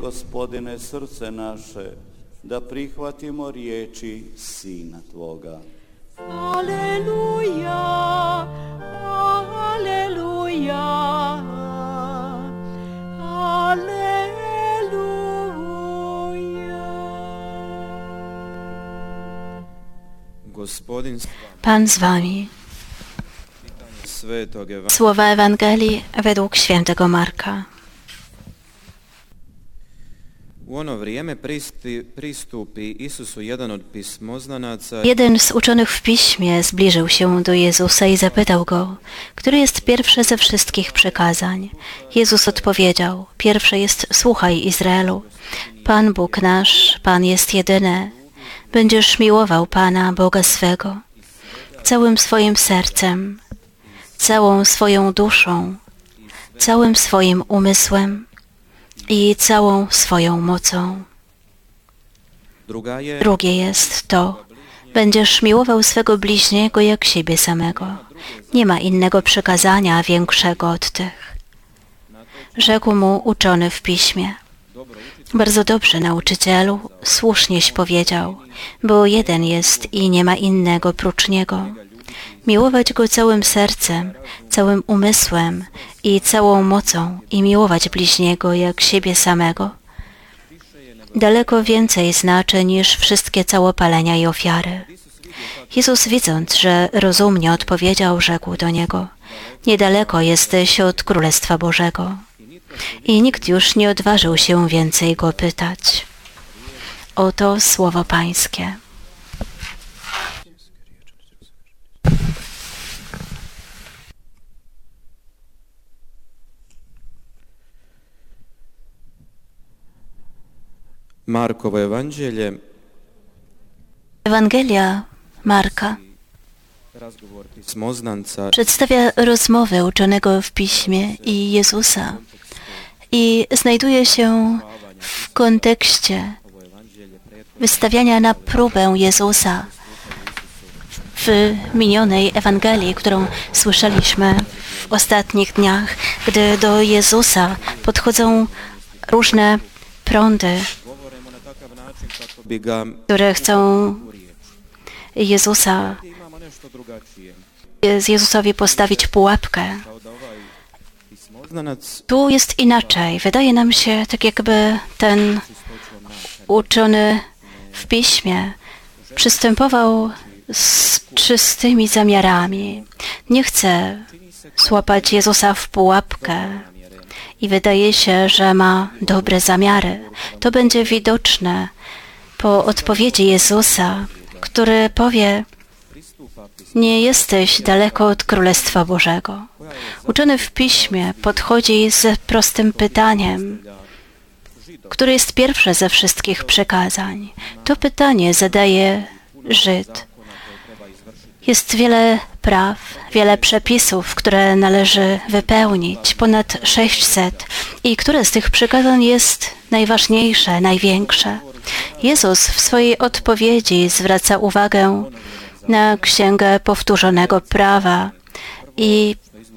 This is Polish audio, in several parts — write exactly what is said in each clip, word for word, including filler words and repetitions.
Gospodine, srce naše, da prihvatimo riječi Sina Tvoga. Aleluja, aleluja, aleluja. Pan z wami. Słowa Ewangelii według świętego Marka. Jeden z uczonych w piśmie zbliżył się do Jezusa i zapytał go, który jest pierwszy ze wszystkich przykazań. Jezus odpowiedział, pierwsze jest: słuchaj, Izraelu, Pan Bóg nasz, Pan jest jedyny. Będziesz miłował Pana, Boga swego, całym swoim sercem, całą swoją duszą, całym swoim umysłem i całą swoją mocą. Drugie jest to: będziesz miłował swego bliźniego jak siebie samego. Nie ma innego przykazania większego od tych. Rzekł mu uczony w piśmie: bardzo dobrze, nauczycielu, słusznieś powiedział, bo jeden jest i nie ma innego prócz Niego. Miłować Go całym sercem, całym umysłem i całą mocą i miłować bliźniego jak siebie samego daleko więcej znaczy niż wszystkie całopalenia i ofiary. Jezus, widząc, że rozumnie odpowiedział, rzekł do niego: niedaleko jesteś od Królestwa Bożego. I nikt już nie odważył się więcej go pytać. Oto słowo Pańskie. Markovo Evanđelje. Ewangelia Marka przedstawia rozmowę uczonego w piśmie i Jezusa i znajduje się w kontekście wystawiania na próbę Jezusa w minionej Ewangelii, którą słyszeliśmy w ostatnich dniach, gdy do Jezusa podchodzą różne prądy, które chcą Jezusa, z Jezusowi postawić pułapkę. Tu jest inaczej. Wydaje nam się, tak jakby ten uczony w piśmie przystępował z czystymi zamiarami. Nie chce złapać Jezusa w pułapkę i wydaje się, że ma dobre zamiary. To będzie widoczne po odpowiedzi Jezusa, który powie: nie jesteś daleko od Królestwa Bożego. Uczony w piśmie podchodzi z prostym pytaniem, które jest pierwsze ze wszystkich przykazań. To pytanie zadaje Żyd. Jest wiele praw, wiele przepisów, które należy wypełnić, ponad sześćset. I które z tych przykazań jest najważniejsze, największe? Jezus w swojej odpowiedzi zwraca uwagę na Księgę Powtórzonego Prawa i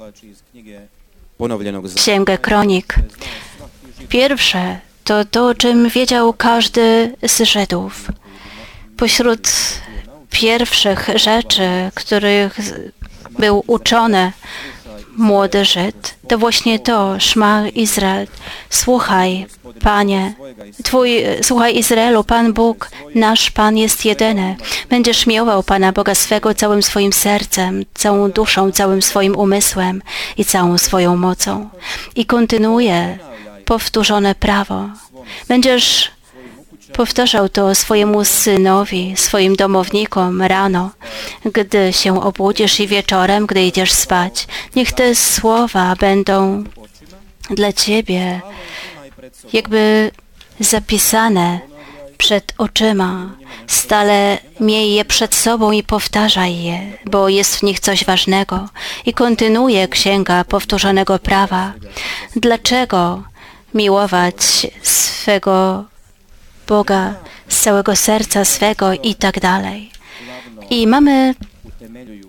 Księgę Kronik. Pierwsze to to, o czym wiedział każdy z Żydów. Pośród pierwszych rzeczy, których był uczony młody Żyd, to właśnie to: Szma Izrael, słuchaj, Panie, Twój, słuchaj Izraelu, Pan Bóg, nasz Pan jest jedyny. Będziesz miłował Pana Boga swego całym swoim sercem, całą duszą, całym swoim umysłem i całą swoją mocą. I kontynuuje powtórzone prawo. Będziesz powtarzał to swojemu synowi, swoim domownikom rano, gdy się obudzisz, i wieczorem, gdy idziesz spać. Niech te słowa będą dla Ciebie jakby zapisane przed oczyma. Stale miej je przed sobą i powtarzaj je, bo jest w nich coś ważnego. I kontynuuje Księga Powtórzonego Prawa. Dlaczego miłować swego Boga z całego serca swego i tak dalej. I mamy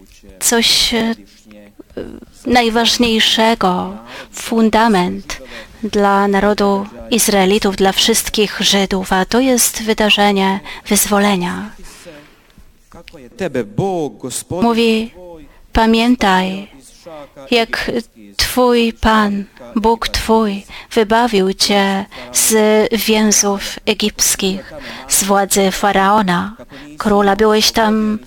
coś najważniejszego, fundament dla narodu Izraelitów, dla wszystkich Żydów, a to jest wydarzenie wyzwolenia. Mówi, pamiętaj, jak Twój Pan, Bóg Twój, wybawił Cię z więzów egipskich, z władzy Faraona, króla. Byłeś tam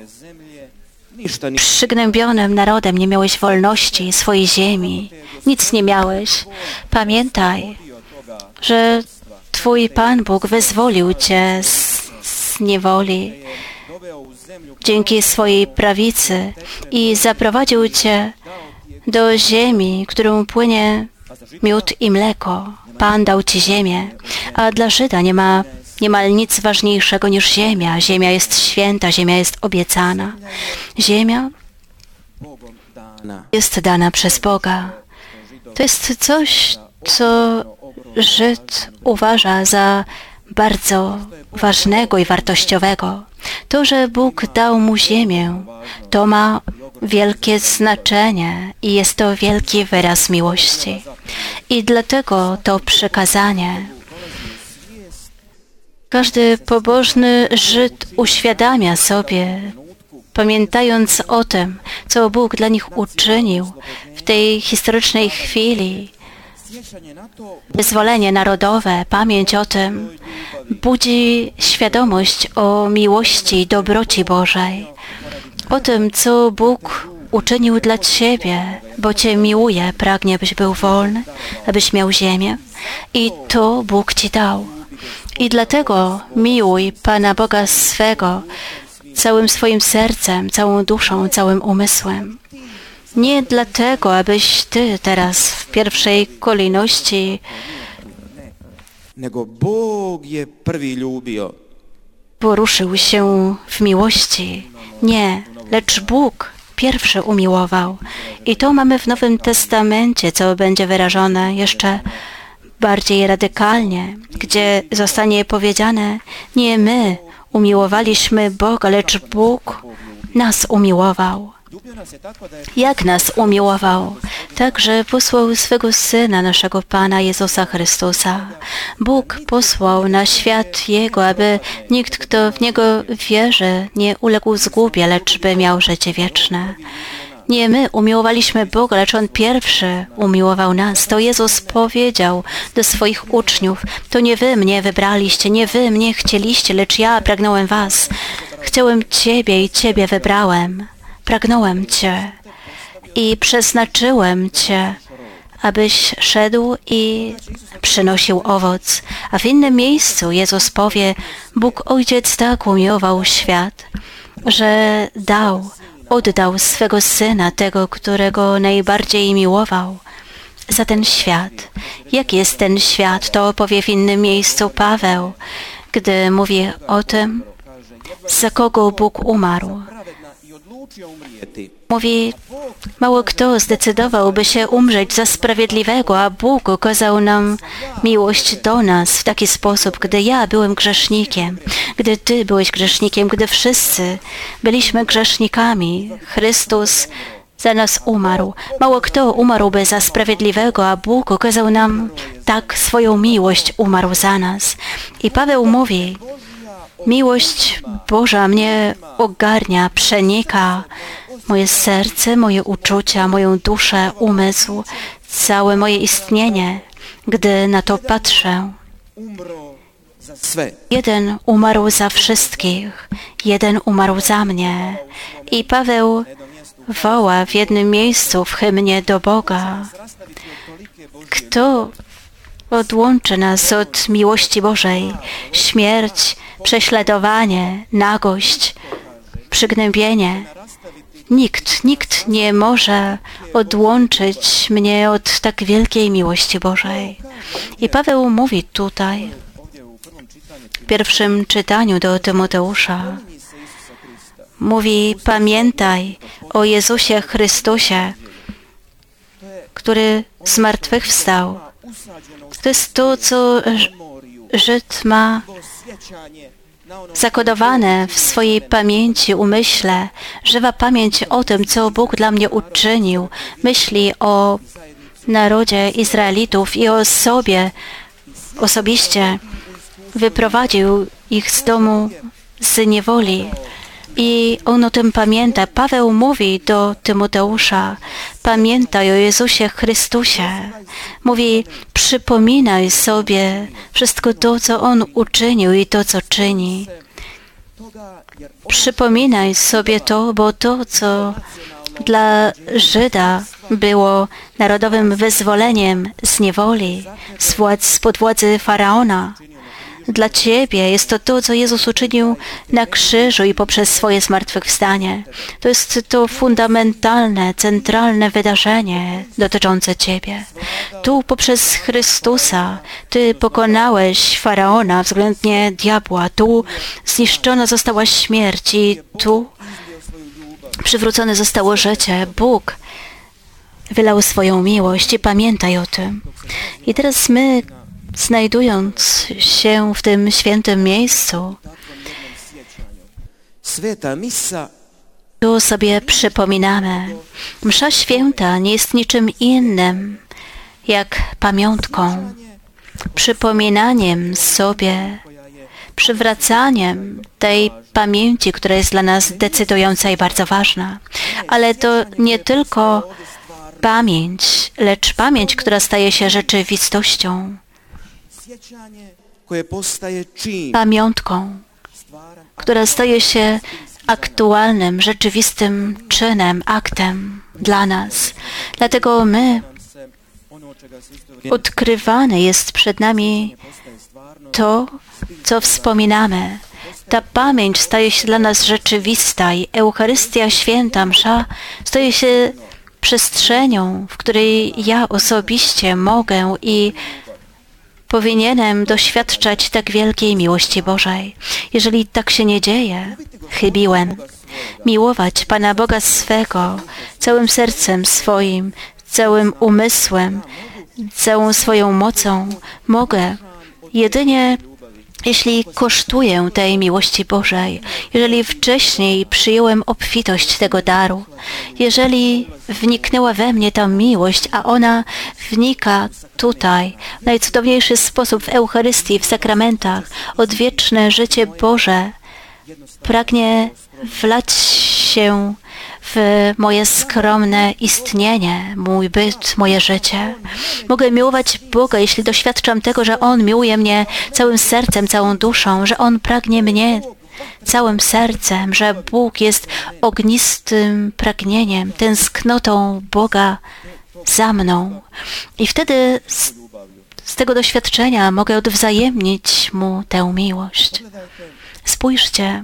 przygnębionym narodem, nie miałeś wolności swojej ziemi, nic nie miałeś. Pamiętaj, że Twój Pan Bóg wyzwolił Cię z, z niewoli dzięki swojej prawicy i zaprowadził Cię do ziemi, którą płynie miód i mleko. Pan dał Ci ziemię, a dla Żyda nie ma niemal nic ważniejszego niż ziemia. Ziemia jest święta, ziemia jest obiecana. Ziemia jest dana przez Boga. To jest coś, co Żyd uważa za bardzo ważnego i wartościowego. To, że Bóg dał mu ziemię, to ma wielkie znaczenie i jest to wielki wyraz miłości. I dlatego to przykazanie każdy pobożny Żyd uświadamia sobie, pamiętając o tym, co Bóg dla nich uczynił w tej historycznej chwili. Wyzwolenie narodowe, pamięć o tym budzi świadomość o miłości i dobroci Bożej, o tym, co Bóg uczynił dla Ciebie, bo Cię miłuje, pragnie, abyś był wolny, abyś miał ziemię i to Bóg Ci dał. I dlatego miłuj Pana Boga swego całym swoim sercem, całą duszą, całym umysłem. Nie dlatego, abyś Ty teraz w pierwszej kolejności poruszył się w miłości. Nie, lecz Bóg pierwszy umiłował. I to mamy w Nowym Testamencie, co będzie wyrażone jeszcze bardziej radykalnie, gdzie zostanie powiedziane, nie my umiłowaliśmy Boga, lecz Bóg nas umiłował. Jak nas umiłował? Tak, że posłał swego Syna, naszego Pana Jezusa Chrystusa. Bóg posłał na świat Jego, aby nikt, kto w Niego wierzy, nie uległ zgubie, lecz by miał życie wieczne. Nie my umiłowaliśmy Boga, lecz On pierwszy umiłował nas. To Jezus powiedział do swoich uczniów, to nie wy mnie wybraliście, nie wy mnie chcieliście, lecz ja pragnąłem was. Chciałem Ciebie i Ciebie wybrałem. Pragnąłem Cię i przeznaczyłem Cię, abyś szedł i przynosił owoc. A w innym miejscu Jezus powie, Bóg Ojciec tak umiłował świat, że dał, oddał swego Syna, tego, którego najbardziej miłował, za ten świat. Jaki jest ten świat? To opowie w innym miejscu Paweł, gdy mówi o tym, za kogo Bóg umarł. Mówi, mało kto zdecydowałby się umrzeć za sprawiedliwego, a Bóg okazał nam miłość do nas w taki sposób, gdy ja byłem grzesznikiem, gdy Ty byłeś grzesznikiem, gdy wszyscy byliśmy grzesznikami. Chrystus za nas umarł. Mało kto umarłby za sprawiedliwego, a Bóg okazał nam tak swoją miłość, umarł za nas. I Paweł mówi, miłość Boża mnie ogarnia, przenika moje serce, moje uczucia, moją duszę, umysł, całe moje istnienie, gdy na to patrzę. Jeden umarł za wszystkich, jeden umarł za mnie. I Paweł woła w jednym miejscu w hymnie do Boga. Kto odłączy nas od miłości Bożej? Śmierć, prześladowanie, nagość, przygnębienie. Nikt, nikt nie może odłączyć mnie od tak wielkiej miłości Bożej. I Paweł mówi tutaj, w pierwszym czytaniu do Tymoteusza, mówi, pamiętaj o Jezusie Chrystusie, który zmartwychwstał. To jest to, co Żyd ma zakodowane w swojej pamięci, umyśle, żywa pamięć o tym, co Bóg dla mnie uczynił. Myśli o narodzie Izraelitów i o sobie osobiście wyprowadził ich z domu z niewoli. I on o tym pamięta. Paweł mówi do Tymoteusza, pamiętaj o Jezusie Chrystusie. Mówi, przypominaj sobie wszystko to, co On uczynił i to, co czyni. Przypominaj sobie to, bo to, co dla Żyda było narodowym wyzwoleniem z niewoli, z władz, spod władzy Faraona, dla Ciebie jest to to, co Jezus uczynił na krzyżu i poprzez swoje zmartwychwstanie. To jest to fundamentalne, centralne wydarzenie dotyczące Ciebie. Tu poprzez Chrystusa Ty pokonałeś Faraona, względnie diabła. Tu zniszczona została śmierć i tu przywrócone zostało życie. Bóg wylał swoją miłość i pamiętaj o tym. I teraz my, znajdując się w tym świętym miejscu, tu sobie przypominamy, msza święta nie jest niczym innym jak pamiątką, przypominaniem sobie, przywracaniem tej pamięci, która jest dla nas decydująca i bardzo ważna. Ale to nie tylko pamięć, lecz pamięć, która staje się rzeczywistością, pamiątką, która staje się aktualnym, rzeczywistym czynem, aktem dla nas. Dlatego my, odkrywane jest przed nami to, co wspominamy. Ta pamięć staje się dla nas rzeczywista i Eucharystia Święta, msza, staje się przestrzenią, w której ja osobiście mogę i powinienem doświadczać tak wielkiej miłości Bożej. Jeżeli tak się nie dzieje, chybiłem. Miłować Pana Boga swego całym sercem swoim, całym umysłem, całą swoją mocą mogę jedynie jeśli kosztuję tej miłości Bożej, jeżeli wcześniej przyjąłem obfitość tego daru, jeżeli wniknęła we mnie ta miłość, a ona wnika tutaj w najcudowniejszy sposób w Eucharystii, w sakramentach, odwieczne życie Boże pragnie wlać się w moje skromne istnienie, mój byt, moje życie. Mogę miłować Boga, jeśli doświadczam tego, że On miłuje mnie całym sercem, całą duszą, że On pragnie mnie całym sercem, że Bóg jest ognistym pragnieniem, tęsknotą Boga za mną. I wtedy z, z tego doświadczenia mogę odwzajemnić Mu tę miłość. Spójrzcie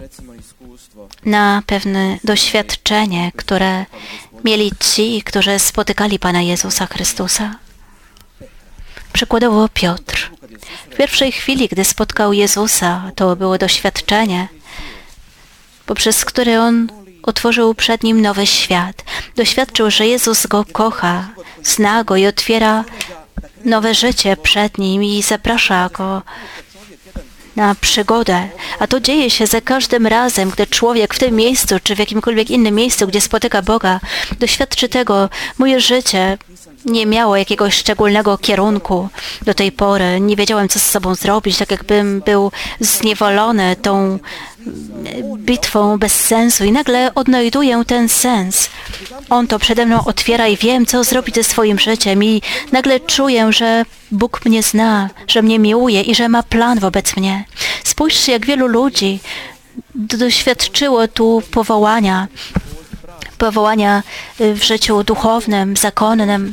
na pewne doświadczenie, które mieli ci, którzy spotykali Pana Jezusa Chrystusa. Przykładowo Piotr. W pierwszej chwili, gdy spotkał Jezusa, to było doświadczenie, poprzez które on otworzył przed nim nowy świat. Doświadczył, że Jezus go kocha, zna go i otwiera nowe życie przed nim i zaprasza go na przygodę. A to dzieje się za każdym razem, gdy człowiek w tym miejscu, czy w jakimkolwiek innym miejscu, gdzie spotyka Boga, doświadczy tego, moje życie nie miało jakiegoś szczególnego kierunku do tej pory. Nie wiedziałem, co z sobą zrobić, tak jakbym był zniewolony tą bitwą bez sensu i nagle odnajduję ten sens. On to przede mną otwiera i wiem, co zrobić ze swoim życiem i nagle czuję, że Bóg mnie zna, że mnie miłuje i że ma plan wobec mnie. Spójrzcie, jak wielu ludzi doświadczyło tu powołania, powołania w życiu duchownym, zakonnym,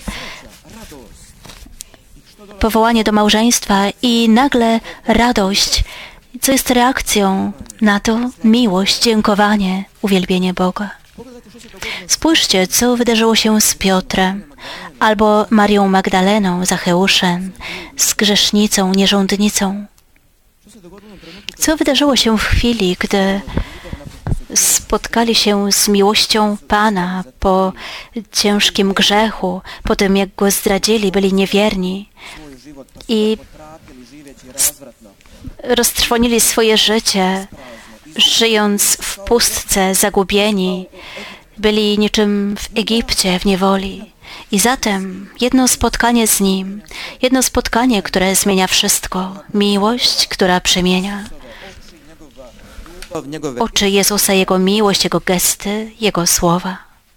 powołanie do małżeństwa i nagle radość, co jest reakcją na to? Miłość, dziękowanie, uwielbienie Boga. Spójrzcie, co wydarzyło się z Piotrem, albo Marią Magdaleną, Zacheuszem, z grzesznicą, nierządnicą. Co wydarzyło się w chwili, gdy spotkali się z miłością Pana po ciężkim grzechu, po tym jak Go zdradzili, byli niewierni i roztrwonili swoje życie, żyjąc w pustce, zagubieni, byli niczym w Egipcie, w niewoli. I zatem jedno spotkanie z Nim, jedno spotkanie, które zmienia wszystko, miłość, która przemienia. Oczy Jezusa, Jego miłość, Jego gesty, Jego słowa.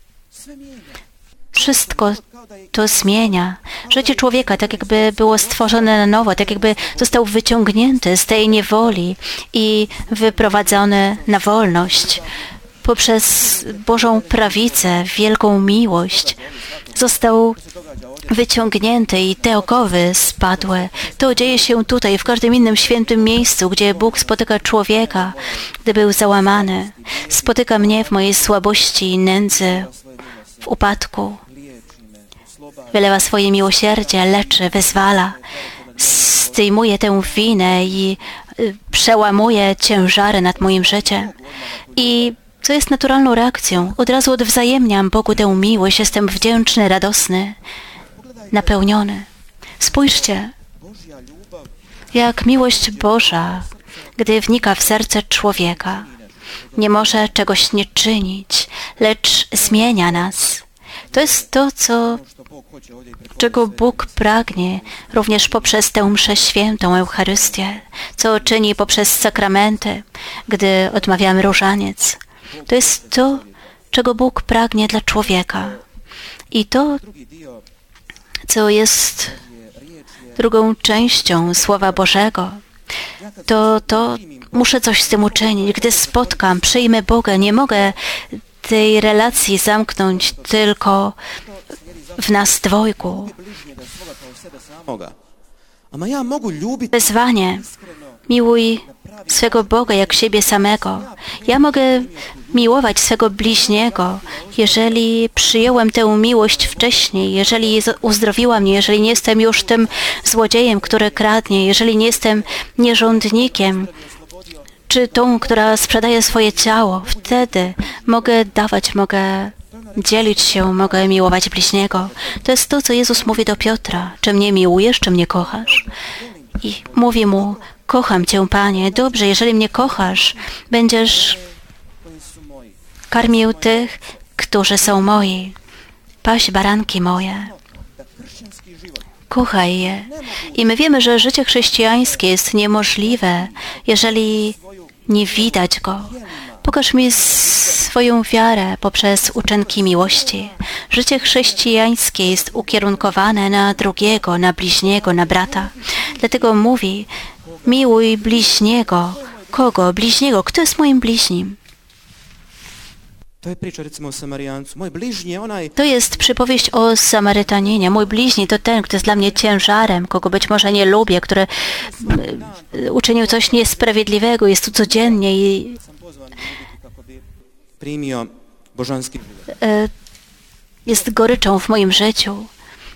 Wszystko to zmienia. Życie człowieka tak jakby było stworzone na nowo, tak jakby został wyciągnięty z tej niewoli i wyprowadzony na wolność. Poprzez Bożą prawicę, wielką miłość został wyciągnięty i te okowy spadły. To dzieje się tutaj, w każdym innym świętym miejscu, gdzie Bóg spotyka człowieka, gdy był załamany. Spotyka mnie w mojej słabości i nędzy, w upadku. Wylewa swoje miłosierdzie, leczy, wyzwala. Zdejmuje tę winę i przełamuje ciężary nad moim życiem. I co jest naturalną reakcją? Od razu odwzajemniam Bogu tę miłość, jestem wdzięczny, radosny, napełniony. Spójrzcie, jak miłość Boża, gdy wnika w serce człowieka, nie może czegoś nie czynić, lecz zmienia nas. To jest to, co, czego Bóg pragnie również poprzez tę mszę świętą, Eucharystię, co czyni poprzez sakramenty, gdy odmawiamy różaniec. To jest to, czego Bóg pragnie dla człowieka. I to, co jest drugą częścią Słowa Bożego, to, to muszę coś z tym uczynić. Gdy spotkam, przyjmę Boga, nie mogę tej relacji zamknąć tylko w nas dwojgu. Wezwanie, miłuj swego Boga jak siebie samego. Ja mogę miłować swego bliźniego, jeżeli przyjąłem tę miłość wcześniej, jeżeli uzdrowiła mnie, jeżeli nie jestem już tym złodziejem, który kradnie, jeżeli nie jestem nierządnikiem, czy tą, która sprzedaje swoje ciało. Wtedy mogę dawać, mogę dzielić się, mogę miłować bliźniego. To jest to, co Jezus mówi do Piotra. Czy mnie miłujesz, czy mnie kochasz? I mówi mu, kocham Cię, Panie. Dobrze, jeżeli mnie kochasz, będziesz karmił tych, którzy są moi. Paś baranki moje. Kochaj je. I my wiemy, że życie chrześcijańskie jest niemożliwe, jeżeli nie widać go. Pokaż mi swoją wiarę poprzez uczynki miłości. Życie chrześcijańskie jest ukierunkowane na drugiego, na bliźniego, na brata. Dlatego mówi, miłuj bliźniego. Kogo? Bliźniego. Kto jest moim bliźnim? To jest przypowieść o Samarytaninie. Mój bliźni to ten, kto jest dla mnie ciężarem, kogo być może nie lubię, który uczynił coś niesprawiedliwego, jest tu codziennie i jest goryczą w moim życiu.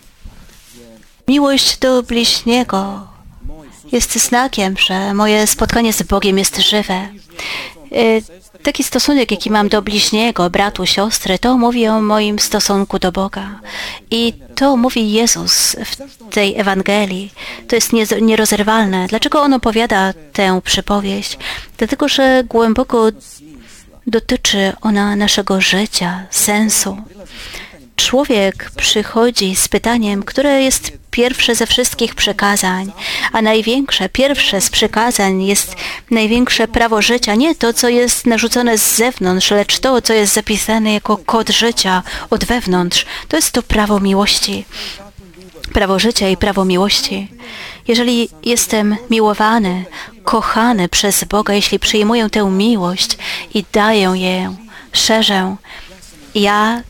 Miłość do bliźniego jest znakiem, że moje spotkanie z Bogiem jest żywe. Taki stosunek, jaki mam do bliźniego, bratu, siostry, to mówi o moim stosunku do Boga. I to mówi Jezus w tej Ewangelii. To jest nierozerwalne. Dlaczego On opowiada tę przypowieść? Dlatego, że głęboko dotyczy ona naszego życia, sensu. Człowiek przychodzi z pytaniem, które jest pierwsze ze wszystkich przykazań, a największe, pierwsze z przykazań jest największe prawo życia, nie to, co jest narzucone z zewnątrz, lecz to, co jest zapisane jako kod życia od wewnątrz. To jest to prawo miłości. Prawo życia i prawo miłości. Jeżeli jestem miłowany, kochany przez Boga, jeśli przyjmuję tę miłość i daję ją, szerzę, ja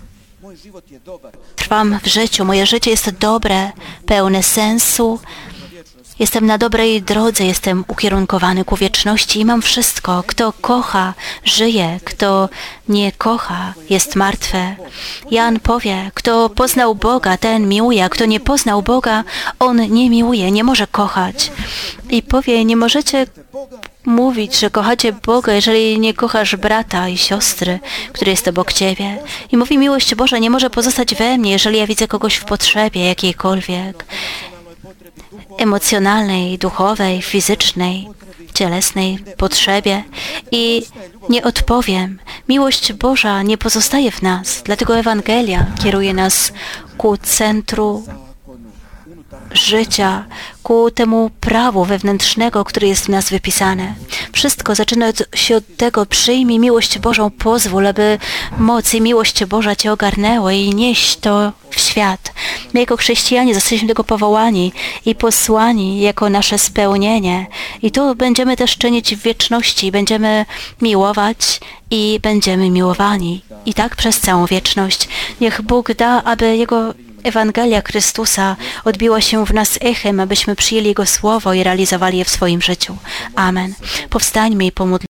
trwam w życiu, moje życie jest dobre, pełne sensu, jestem na dobrej drodze, jestem ukierunkowany ku wieczności i mam wszystko. Kto kocha, żyje, kto nie kocha, jest martwy. Jan powie, kto poznał Boga, ten miłuje, a kto nie poznał Boga, on nie miłuje, nie może kochać. I powie, nie możecie mówić, że kochacie Boga, jeżeli nie kochasz brata i siostry, który jest obok ciebie. I mówi, miłość Boża nie może pozostać we mnie, jeżeli ja widzę kogoś w potrzebie jakiejkolwiek, emocjonalnej, duchowej, fizycznej, cielesnej potrzebie i nie odpowiem. Miłość Boża nie pozostaje w nas, dlatego Ewangelia kieruje nas ku centru życia, ku temu prawu wewnętrznego, które jest w nas wypisane. Wszystko zaczyna się od tego: przyjmij miłość Bożą, pozwól, aby moc i miłość Boża Cię ogarnęła i nieś to w świat. My jako chrześcijanie jesteśmy do tego powołani i posłani jako nasze spełnienie. I to będziemy też czynić w wieczności. Będziemy miłować i będziemy miłowani. I tak przez całą wieczność. Niech Bóg da, aby Jego Ewangelia Chrystusa odbiła się w nas echem, abyśmy przyjęli Jego Słowo i realizowali je w swoim życiu. Amen. Powstańmy i pomódlmy.